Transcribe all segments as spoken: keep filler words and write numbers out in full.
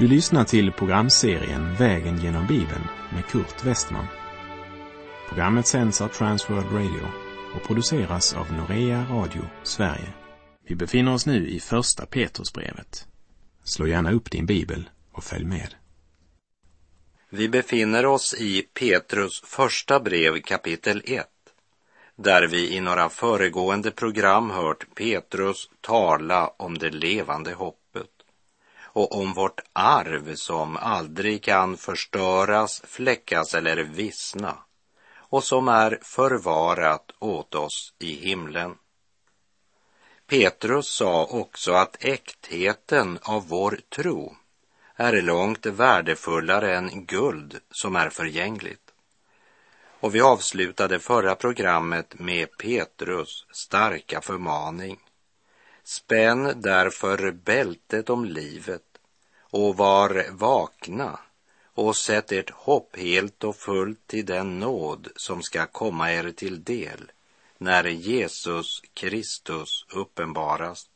Du lyssnar till programserien Vägen genom Bibeln med Kurt Westman. Programmet sänds av Transworld Radio och produceras av Norea Radio Sverige. Vi befinner oss nu i första Petrusbrevet. Slå gärna upp din bibel och följ med. Vi befinner oss i Petrus första brev kapitel ett, där vi i några föregående program hört Petrus tala om det levande hoppet och om vårt arv som aldrig kan förstöras, fläckas eller vissna och som är förvarat åt oss i himlen. Petrus sa också att äktheten av vår tro är långt värdefullare än guld som är förgängligt. Och vi avslutade förra programmet med Petrus starka förmaning. Spänn därför bältet om livet och var vakna och sätt ert hopp helt och fullt till den nåd som ska komma er till del när Jesus Kristus uppenbaras.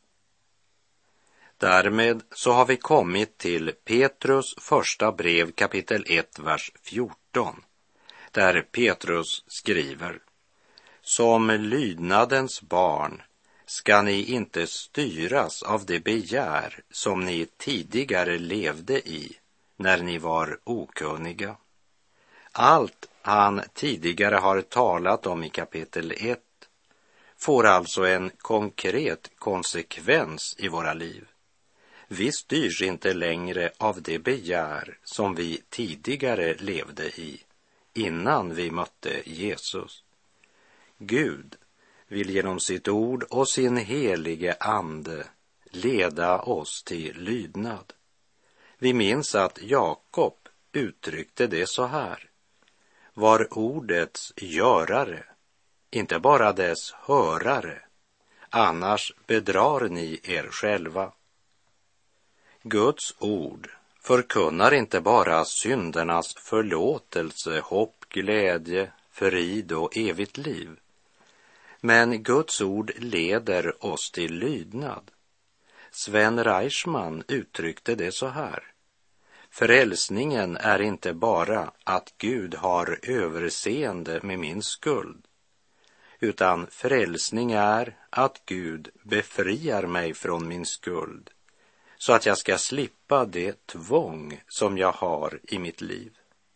Därmed så har vi kommit till Petrus första brev kapitel ett, vers fjorton, där Petrus skriver: Som lydnadens barn ska ni inte styras av det begär som ni tidigare levde i när ni var okunniga. Allt han tidigare har talat om i kapitel ett får alltså en konkret konsekvens i våra liv. Vi styrs inte längre av det begär som vi tidigare levde i innan vi mötte Jesus. Gud vill genom sitt ord och sin helige ande leda oss till lydnad. Vi minns att Jakob uttryckte det så här: var ordets görare, inte bara dess hörare, annars bedrar ni er själva. Guds ord förkunnar inte bara syndernas förlåtelse, hopp, glädje, frid och evigt liv. Men Guds ord leder oss till lydnad. Sven Reichman uttryckte det så här: frälsningen är inte bara att Gud har överseende med min skuld, utan frälsning är att Gud befriar mig från min skuld, så att jag ska slippa det tvång som jag har i mitt liv.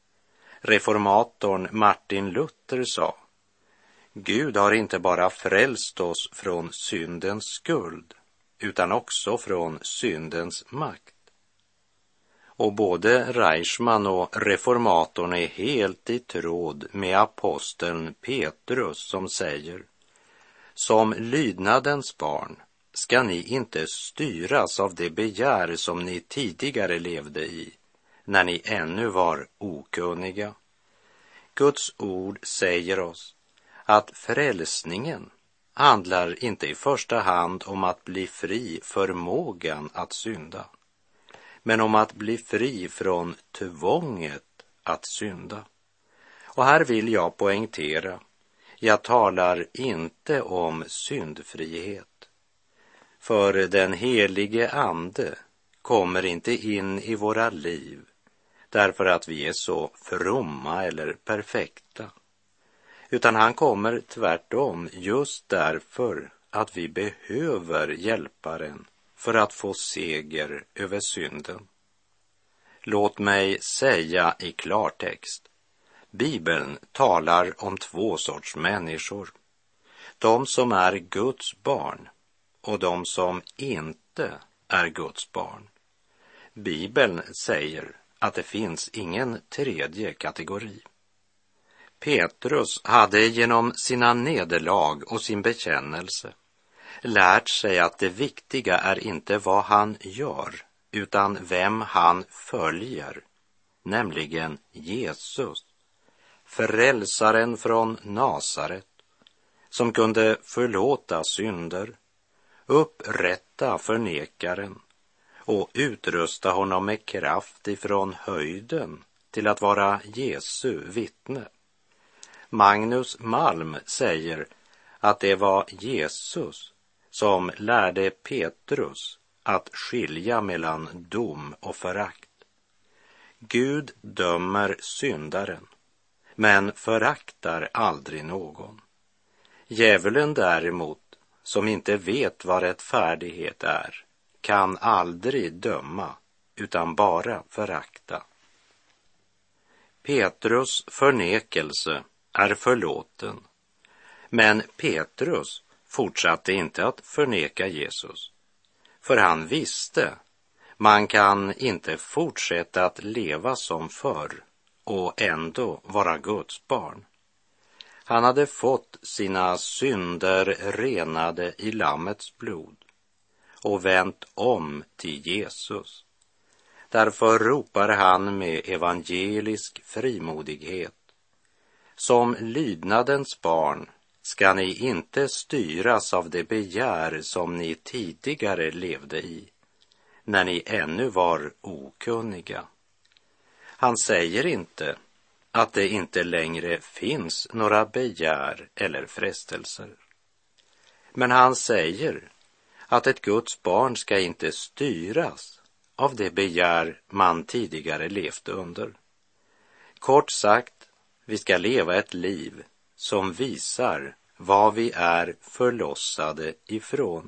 Reformatorn Martin Luther sa: Gud har inte bara frälst oss från syndens skuld, utan också från syndens makt. Och både Reichman och reformatorn är helt i tråd med aposteln Petrus som säger: som lydnadens barn ska ni inte styras av det begär som ni tidigare levde i när ni ännu var okunniga. Guds ord säger oss att frälsningen handlar inte i första hand om att bli fri förmågan att synda, men om att bli fri från tvånget att synda. Och här vill jag poängtera, jag talar inte om syndfrihet. För den helige ande kommer inte in i våra liv därför att vi är så fromma eller perfekta, utan han kommer tvärtom just därför att vi behöver hjälparen för att få seger över synden. Låt mig säga i klartext, Bibeln talar om två sorts människor: de som är Guds barn och de som inte är Guds barn. Bibeln säger att det finns ingen tredje kategori. Petrus hade genom sina nederlag och sin bekännelse lärt sig att det viktiga är inte vad han gör, utan vem han följer, nämligen Jesus, frälsaren från Nasaret, som kunde förlåta synder, upprätta förnekaren och utrusta honom med kraft ifrån höjden till att vara Jesu vittne. Magnus Malm säger att det var Jesus som lärde Petrus att skilja mellan dom och förakt. Gud dömer syndaren, men föraktar aldrig någon. Djävulen däremot, som inte vet vad rättfärdighet är, kan aldrig döma, utan bara förakta. Petrus förnekelse är förlåten, men Petrus fortsatte inte att förneka Jesus, för han visste man kan inte fortsätta att leva som förr och ändå vara Guds barn. Han hade fått sina synder renade i Lammets blod och vänt om till Jesus. Därför ropar han med evangelisk frimodighet: som lydnadens barn ska ni inte styras av det begär som ni tidigare levde i, när ni ännu var okunniga. Han säger inte att det inte längre finns några begär eller frestelser. Men han säger att ett Guds barn ska inte styras av det begär man tidigare levt under. Kort sagt, vi ska leva ett liv som visar vad vi är förlossade ifrån.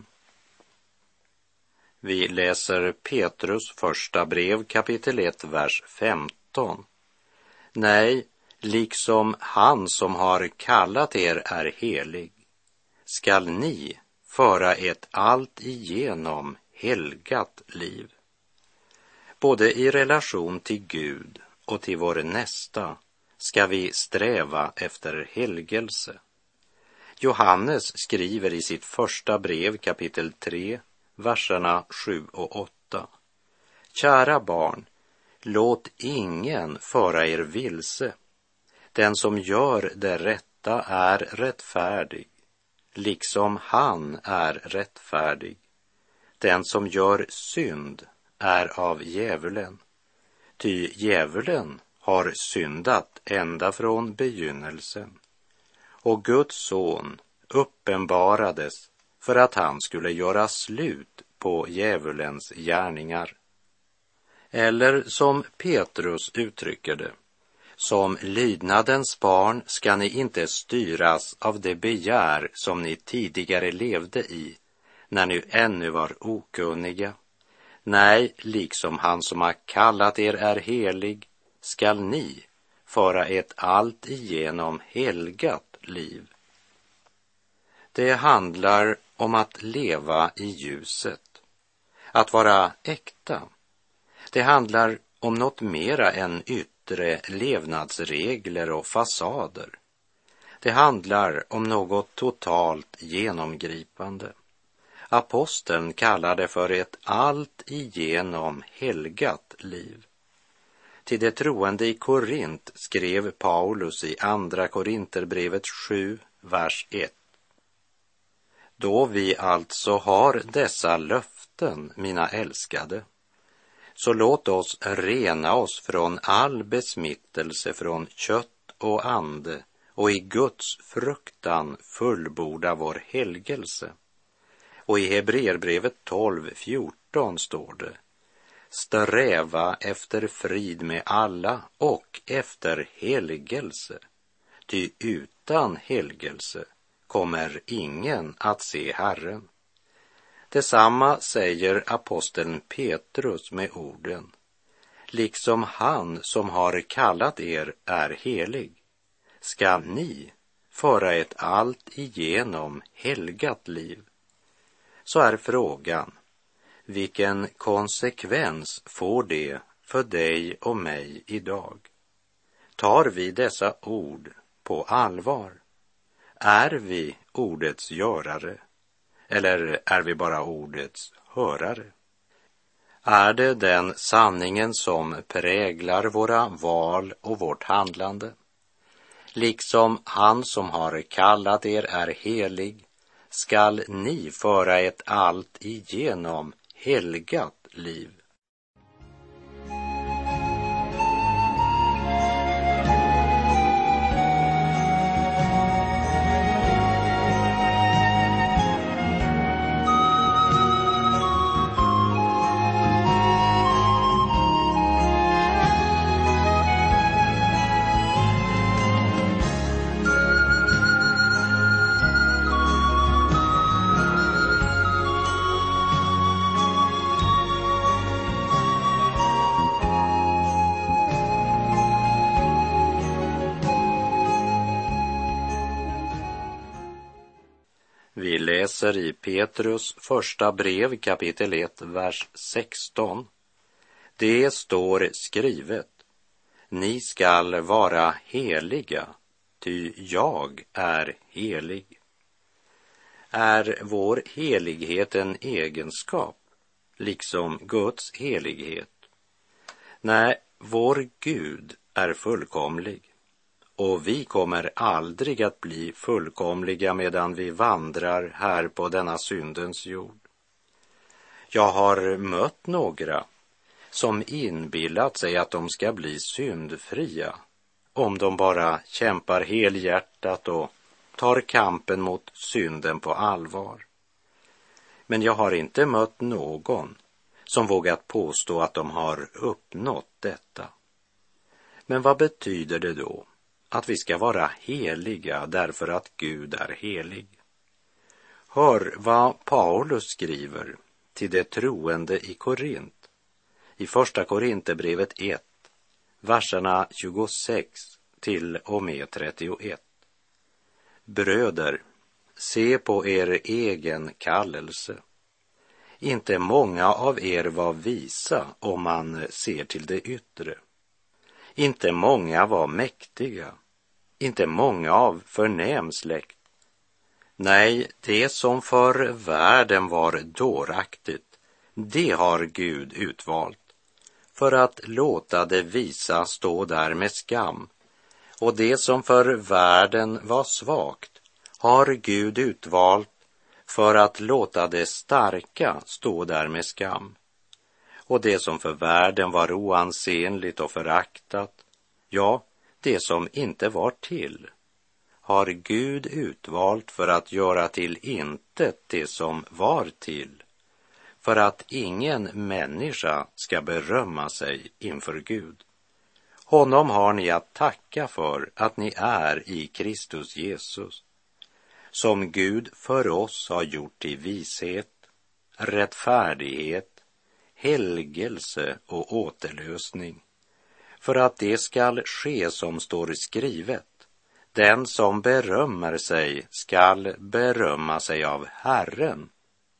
Vi läser Petrus första brev kapitel ett, vers femton. Nej, liksom han som har kallat er är helig, skall ni föra ett allt igenom helgat liv. Både i relation till Gud och till vår nästa ska vi sträva efter helgelse. Johannes skriver i sitt första brev kapitel tre, verserna sju och åtta. Kära barn, låt ingen föra er vilse. Den som gör det rätta är rättfärdig, liksom han är rättfärdig. Den som gör synd är av djävulen, ty djävulen har syndat ända från begynnelsen. Och Guds son uppenbarades för att han skulle göra slut på djävulens gärningar. Eller som Petrus uttrycker det: som lydnadens barn ska ni inte styras av det begär som ni tidigare levde i, när ni ännu var okunniga. Nej, liksom han som har kallat er är helig, skall ni föra ett allt igenom helgat liv. Det handlar om att leva i ljuset, att vara äkta. Det handlar om något mera än yttre levnadsregler och fasader. Det handlar om något totalt genomgripande. Aposteln kallar det för ett allt igenom helgat liv. Till det troende i Korint skrev Paulus i andra Korinterbrevet sju, vers ett. Då vi alltså har dessa löften, mina älskade, så låt oss rena oss från all besmittelse från kött och ande och i Guds fruktan fullborda vår helgelse. Och i Hebreerbrevet tolv, fjorton står det: sträva efter frid med alla och efter helgelse, ty utan helgelse kommer ingen att se Herren. Detsamma säger aposteln Petrus med orden: liksom han som har kallat er är helig, ska ni föra ett allt igenom helgat liv. Så är frågan, vilken konsekvens får det för dig och mig idag? Tar vi dessa ord på allvar? Är vi ordets görare, eller är vi bara ordets hörare? Är det den sanningen som präglar våra val och vårt handlande? Liksom han som har kallat er är helig, skall ni föra ett allt igenom helgat liv. läser i Petrus första brev kapitel ett, vers sexton. Det står skrivet: ni skall vara heliga, ty jag är helig. Är vår helighet en egenskap, liksom Guds helighet? Nej, vår Gud är fullkomlig, och vi kommer aldrig att bli fullkomliga medan vi vandrar här på denna syndens jord. Jag har mött några som inbillat sig att de ska bli syndfria om de bara kämpar helhjärtat och tar kampen mot synden på allvar. Men jag har inte mött någon som vågat påstå att de har uppnått detta. Men vad betyder det då att vi ska vara heliga därför att Gud är helig? Hör vad Paulus skriver till de troende i Korint. I första Korinthierbrevet ett, verserna tjugosex till och med trettioett. Bröder, se på er egen kallelse. Inte många av er var visa om man ser till det yttre. Inte många var mäktiga, inte många av förnäm släkt. Nej, det som för världen var dåraktigt, det har Gud utvalt, för att låta det visa stå där med skam. Och det som för världen var svagt har Gud utvalt för att låta det starka stå där med skam. Och det som för världen var oansenligt och föraktat, ja, det som inte var till, har Gud utvalt för att göra till intet det som var till, för att ingen människa ska berömma sig inför Gud. Honom har ni att tacka för att ni är i Kristus Jesus, som Gud för oss har gjort till vishet, rättfärdighet, helgelse och återlösning, för att det skall ske som står skrivet: den som berömmer sig skall berömma sig av Herren.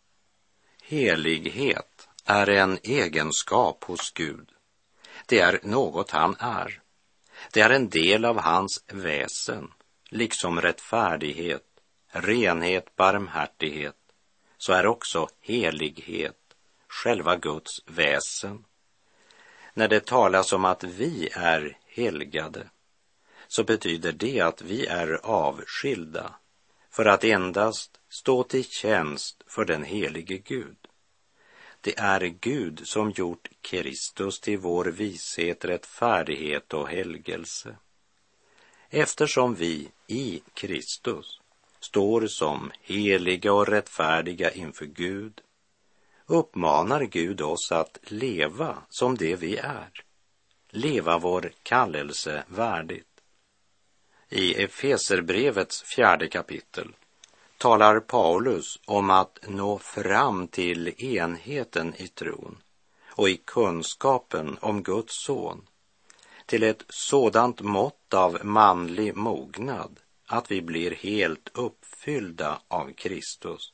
Helighet är en egenskap hos Gud. Det är något han är. Det är en del av hans väsen, liksom rättfärdighet, renhet, barmhärtighet, så är också helighet själva Guds väsen. När det talas om att vi är helgade, så betyder det att vi är avskilda för att endast stå till tjänst för den helige Gud. Det är Gud som gjort Kristus till vår vishet, rättfärdighet och helgelse. Eftersom vi i Kristus står som heliga och rättfärdiga inför Gud, uppmanar Gud oss att leva som det vi är. Leva vår kallelse värdigt. I Efeserbrevets fjärde kapitel talar Paulus om att nå fram till enheten i tron och i kunskapen om Guds son, till ett sådant mått av manlig mognad att vi blir helt uppfyllda av Kristus.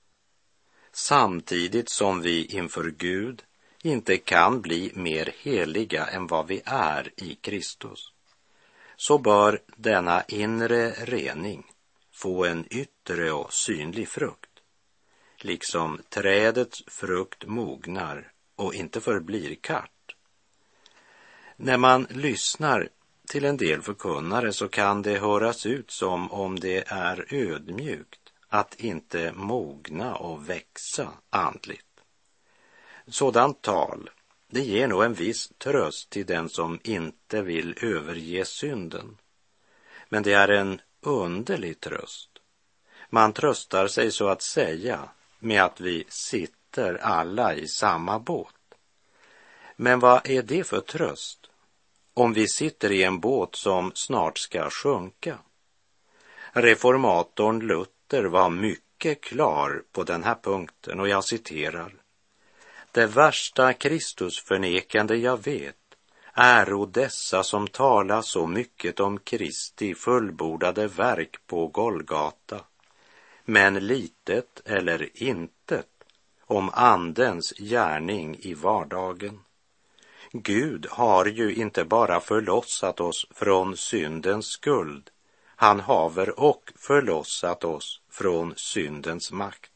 Samtidigt som vi inför Gud inte kan bli mer heliga än vad vi är i Kristus, så bör denna inre rening få en yttre och synlig frukt, liksom trädets frukt mognar och inte förblir kart. När man lyssnar till en del förkunnare så kan det höras ut som om det är ödmjukt att inte mogna och växa andligt. Sådant tal, det ger nog en viss tröst till den som inte vill överge synden. Men det är en underlig tröst. Man tröstar sig så att säga med att vi sitter alla i samma båt. Men vad är det för tröst om vi sitter i en båt som snart ska sjunka? Reformatorn Luther var mycket klar på den här punkten, och jag citerar: det värsta Kristusförnekande jag vet är och dessa som talar så mycket om Kristi fullbordade verk på Golgata, men litet eller intet om andens gärning i vardagen. Gud har ju inte bara förlossat oss från syndens skuld, han haver och förlossat oss från syndens makt.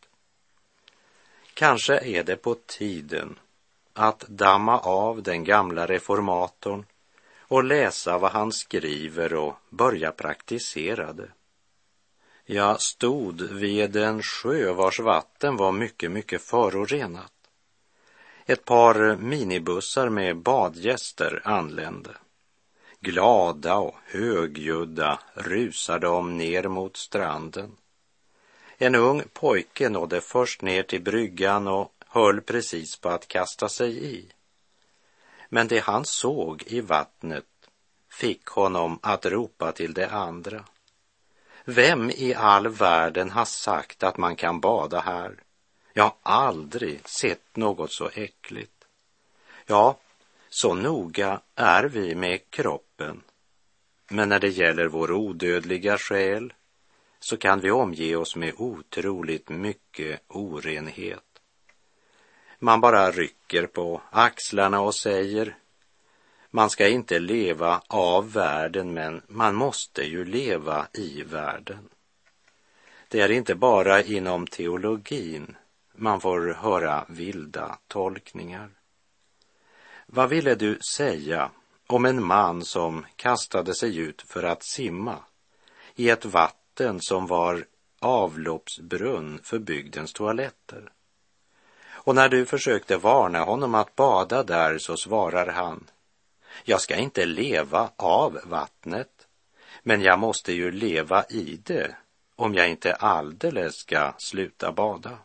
Kanske är det på tiden att damma av den gamla reformatorn och läsa vad han skriver och börja praktisera det. Jag stod vid en sjö vars vatten var mycket, mycket förorenat. Ett par minibussar med badgäster anlände. Glada och högljudda rusar de ner mot stranden. En ung pojke nådde först ner till bryggan och höll precis på att kasta sig i. Men det han såg i vattnet fick honom att ropa till det andra. Vem i all världen har sagt att man kan bada här? Jag har aldrig sett något så äckligt. Ja, så noga är vi med kroppen. Men när det gäller vår odödliga själ så kan vi omge oss med otroligt mycket orenhet. Man bara rycker på axlarna och säger, man ska inte leva av världen, men man måste ju leva i världen. Det är inte bara inom teologin man får höra vilda tolkningar. Vad ville du säga om en man som kastade sig ut för att simma i ett vatten som var avloppsbrunn för bygdens toaletter? Och när du försökte varna honom att bada där så svarar han, jag ska inte leva av vattnet, men jag måste ju leva i det om jag inte alldeles ska sluta bada.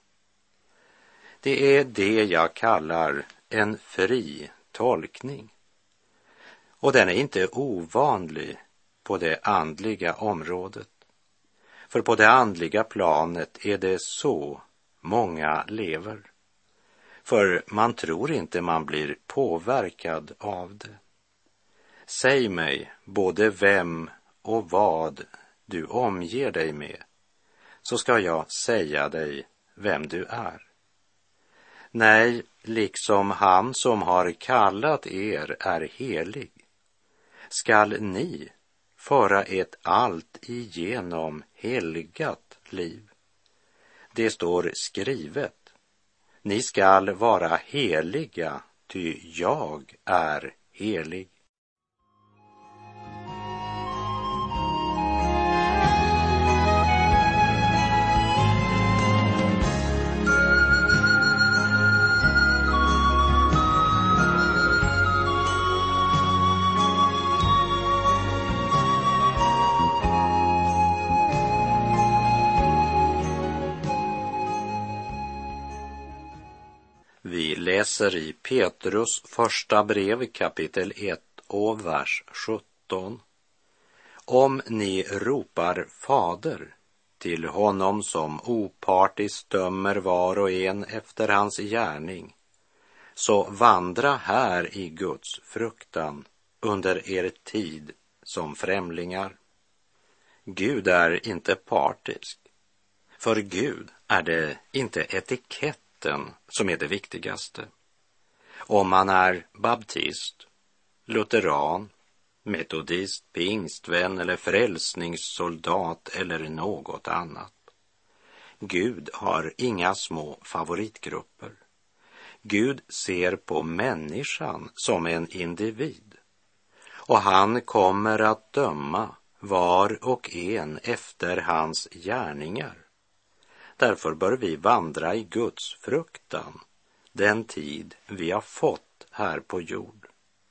Det är det jag kallar en fri tolkning. Och den är inte ovanlig på det andliga området. För på det andliga planet är det så många lever. För man tror inte man blir påverkad av det. Säg mig både vem och vad du omger dig med, så ska jag säga dig vem du är. Nej, liksom han som har kallat er är helig, skall ni föra ett allt igenom helgat liv. Det står skrivet, ni skall vara heliga, ty jag är helig. Vi läser i Petrus första brev kapitel ett och vers sjutton. Om ni ropar fader till honom som opartiskt dömer var och en efter hans gärning, så vandra här i Guds fruktan under er tid som främlingar. Gud är inte partisk. För Gud är det inte etikett som är det viktigaste. Om man är baptist, lutheran, metodist, pingstvän eller frälsningssoldat eller något annat. Gud har inga små favoritgrupper. Gud ser på människan som en individ. Och han kommer att döma var och en efter hans gärningar. Därför bör vi vandra i Guds fruktan den tid vi har fått här på jord.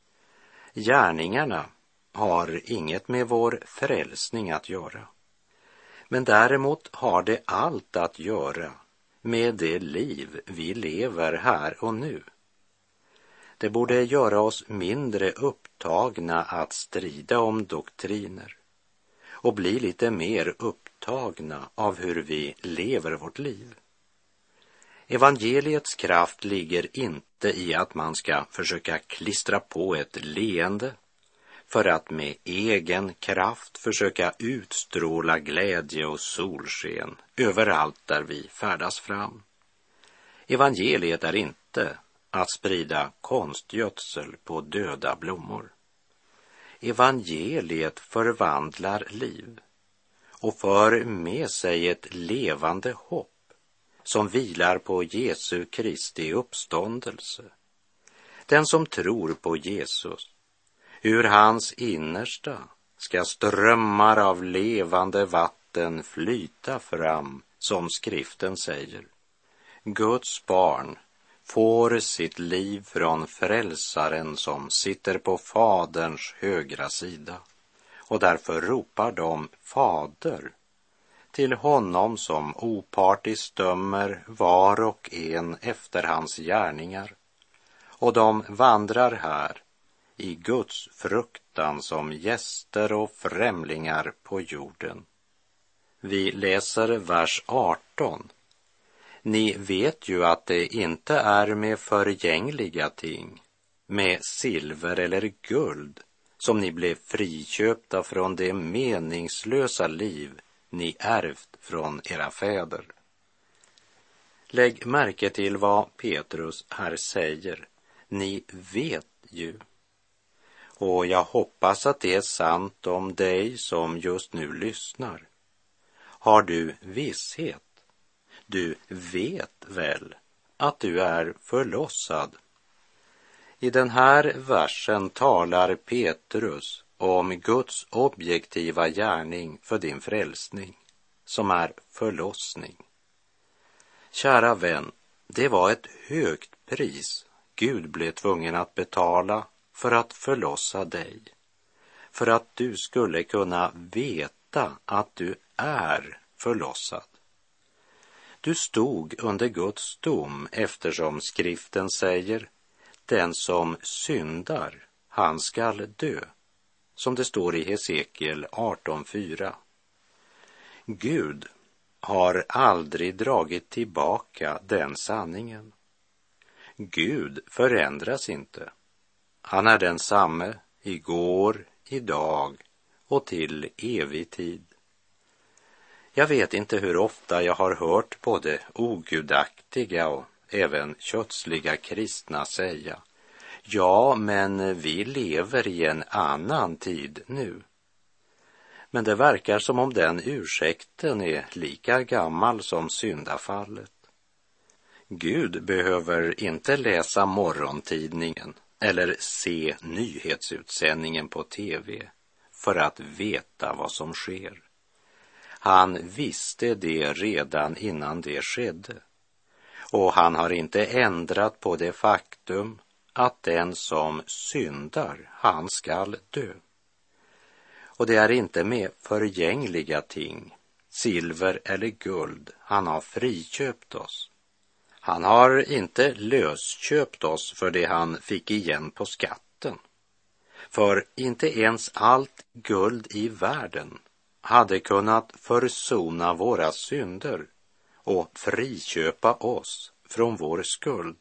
Gärningarna har inget med vår frälsning att göra. Men däremot har det allt att göra med det liv vi lever här och nu. Det borde göra oss mindre upptagna att strida om doktriner och bli lite mer upptagna av hur vi lever vårt liv. Evangeliets kraft ligger inte i att man ska försöka klistra på ett leende, för att med egen kraft försöka utstråla glädje och solsken överallt där vi färdas fram. Evangeliet är inte att sprida konstgödsel på döda blommor. Evangeliet förvandlar liv och för med sig ett levande hopp som vilar på Jesu Kristi uppståndelse. Den som tror på Jesus, ur hans innersta ska strömmar av levande vatten flyta fram, som skriften säger. Guds barn får sitt liv från frälsaren som sitter på faderns högra sida, och därför ropar de fader till honom som opartiskt dömer var och en efter hans gärningar, och de vandrar här i Guds fruktan som gäster och främlingar på jorden. Vi läser vers arton. Ni vet ju att det inte är med förgängliga ting, med silver eller guld, som ni blev friköpta från det meningslösa liv ni ärvt från era fäder. Lägg märke till vad Petrus här säger. Ni vet ju. Och jag hoppas att det är sant om dig som just nu lyssnar. Har du visshet? Du vet väl att du är förlossad? I den här versen talar Petrus om Guds objektiva gärning för din frälsning, som är förlossning. Kära vän, det var ett högt pris Gud blev tvungen att betala för att förlossa dig, för att du skulle kunna veta att du är förlossad. Du stod under Guds dom, eftersom skriften säger: den som syndar, han skall dö, som det står i Hesekiel arton fyra. Gud har aldrig dragit tillbaka den sanningen. Gud förändras inte. Han är densamme igår, idag och till evig tid. Jag vet inte hur ofta jag har hört både ogudaktiga och även kötsliga kristna säga: ja, men vi lever i en annan tid nu. Men det verkar som om den ursäkten är lika gammal som syndafallet. Gud behöver inte läsa morgontidningen eller se nyhetsutsändningen på tv för att veta vad som sker. Han visste det redan innan det skedde. Och han har inte ändrat på det faktum att den som syndar, han skall dö. Och det är inte med förgängliga ting, silver eller guld, han har friköpt oss. Han har inte lösköpt oss för det han fick igen på skatten. För inte ens allt guld i världen hade kunnat försona våra synder och friköpa oss från vår skuld.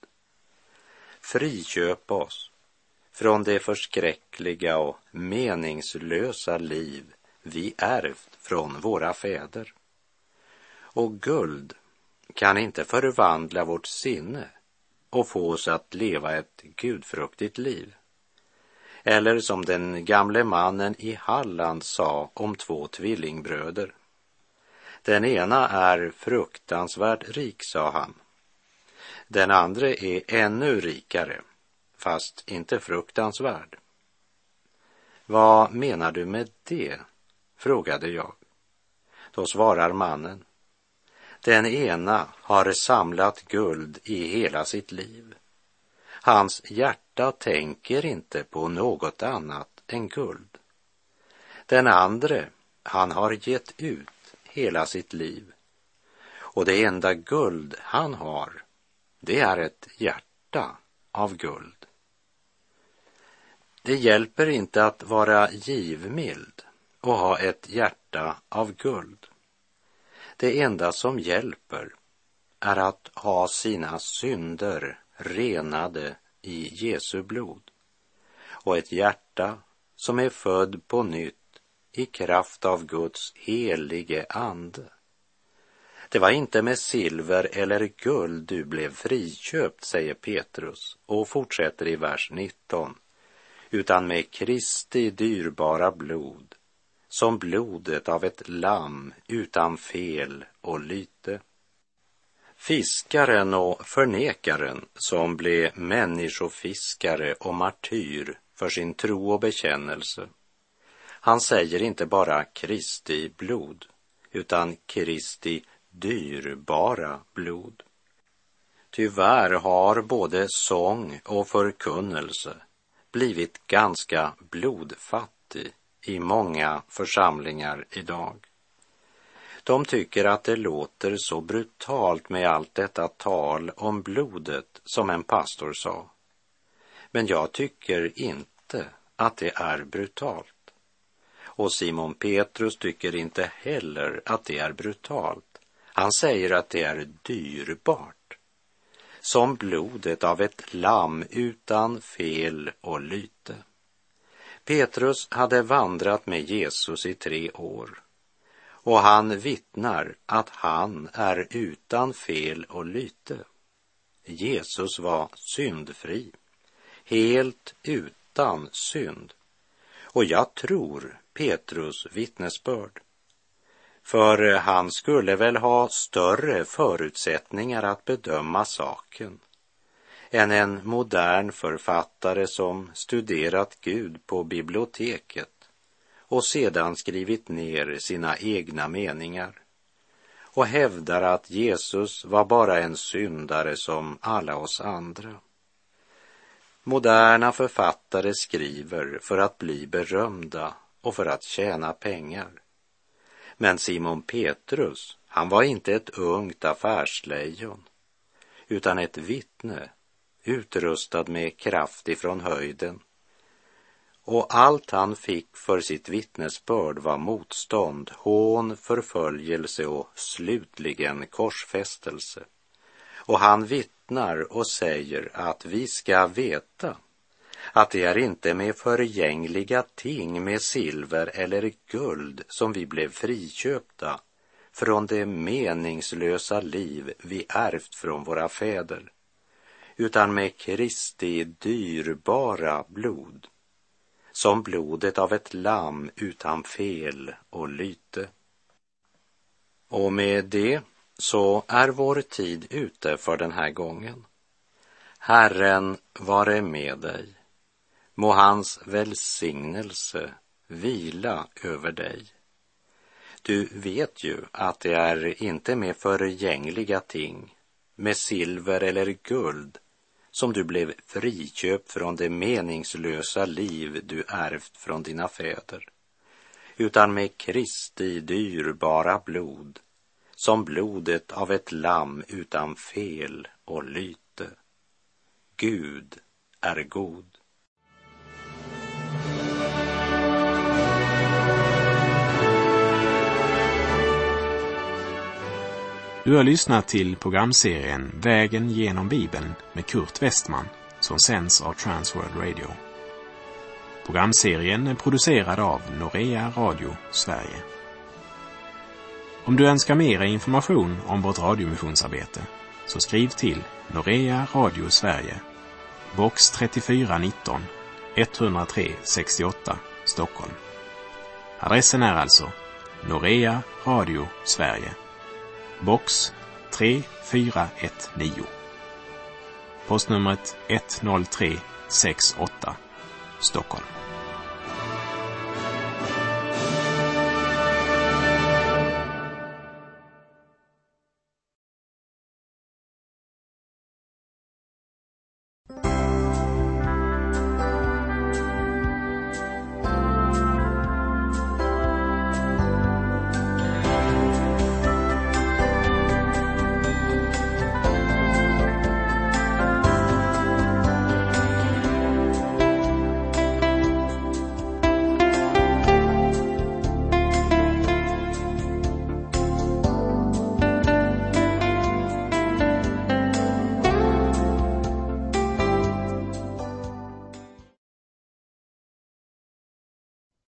Friköpa oss från det förskräckliga och meningslösa liv vi ärvt från våra fäder. Och guld kan inte förvandla vårt sinne och få oss att leva ett gudfruktigt liv. Eller som den gamle mannen i Halland sa om två tvillingbröder: den ena är fruktansvärt rik, sa han. Den andra är ännu rikare, fast inte fruktansvärd. Vad menar du med det? Frågade jag. Då svarar mannen: den ena har samlat guld i hela sitt liv. Hans hjärta tänker inte på något annat än guld. Den andra, han har gett ut hela sitt liv. Och det enda guld han har, det är ett hjärta av guld. Det hjälper inte att vara givmild och ha ett hjärta av guld. Det enda som hjälper är att ha sina synder renade i Jesu blod och ett hjärta som är född på nytt i kraft av Guds helige ande. Det var inte med silver eller guld du blev friköpt, säger Petrus och fortsätter i vers nitton, utan med Kristi dyrbara blod, som blodet av ett lamm utan fel och lyte. Fiskaren och förnekaren som blev människofiskare och martyr för sin tro och bekännelse, han säger inte bara Kristi blod, utan Kristi dyrbara blod. Tyvärr har både sång och förkunnelse blivit ganska blodfattig i många församlingar idag. De tycker att det låter så brutalt med allt detta tal om blodet som en pastor sa. Men jag tycker inte att det är brutalt. Och Simon Petrus tycker inte heller att det är brutalt. Han säger att det är dyrbart, som blodet av ett lamm utan fel och lyte. Petrus hade vandrat med Jesus i tre år, och han vittnar att han är utan fel och lyte. Jesus var syndfri, helt utan synd. Och jag tror Petrus vittnesbörd. För han skulle väl ha större förutsättningar att bedöma saken än en modern författare som studerat Gud på biblioteket och sedan skrivit ner sina egna meningar och hävdar att Jesus var bara en syndare som alla oss andra. Moderna författare skriver för att bli berömda och för att tjäna pengar. Men Simon Petrus, han var inte ett ungt affärslejon, utan ett vittne utrustad med kraft ifrån höjden. Och allt han fick för sitt vittnesbörd var motstånd, hån, förföljelse och slutligen korsfästelse. Och han vittnar och säger att vi ska veta att det är inte med förgängliga ting, med silver eller guld, som vi blev friköpta från det meningslösa liv vi ärvt från våra fäder, utan med Kristi dyrbara blod, som blodet av ett lamm utan fel och lyte. Och med det så är vår tid ute för den här gången. Herren vare med dig. Må hans välsignelse vila över dig. Du vet ju att det är inte med förgängliga ting, med silver eller guld, som du blev friköpt från det meningslösa liv du ärvt från dina fäder, utan med Kristi dyrbara blod, som blodet av ett lamm utan fel och lyte. Gud är god. Du har lyssnat till programserien Vägen genom Bibeln med Kurt Westman, som sänds av Transworld Radio. Programserien är producerad av Norea Radio Sverige. Om du önskar mer information om vårt radiomissionsarbete, så skriv till Norea Radio Sverige, box trettiofyra nitton, etthundratre sextioåtta, Stockholm. Adressen är alltså Norea Radio Sverige, box tre fyra ett nio. Postnumret ett noll tre sex åtta, Stockholm.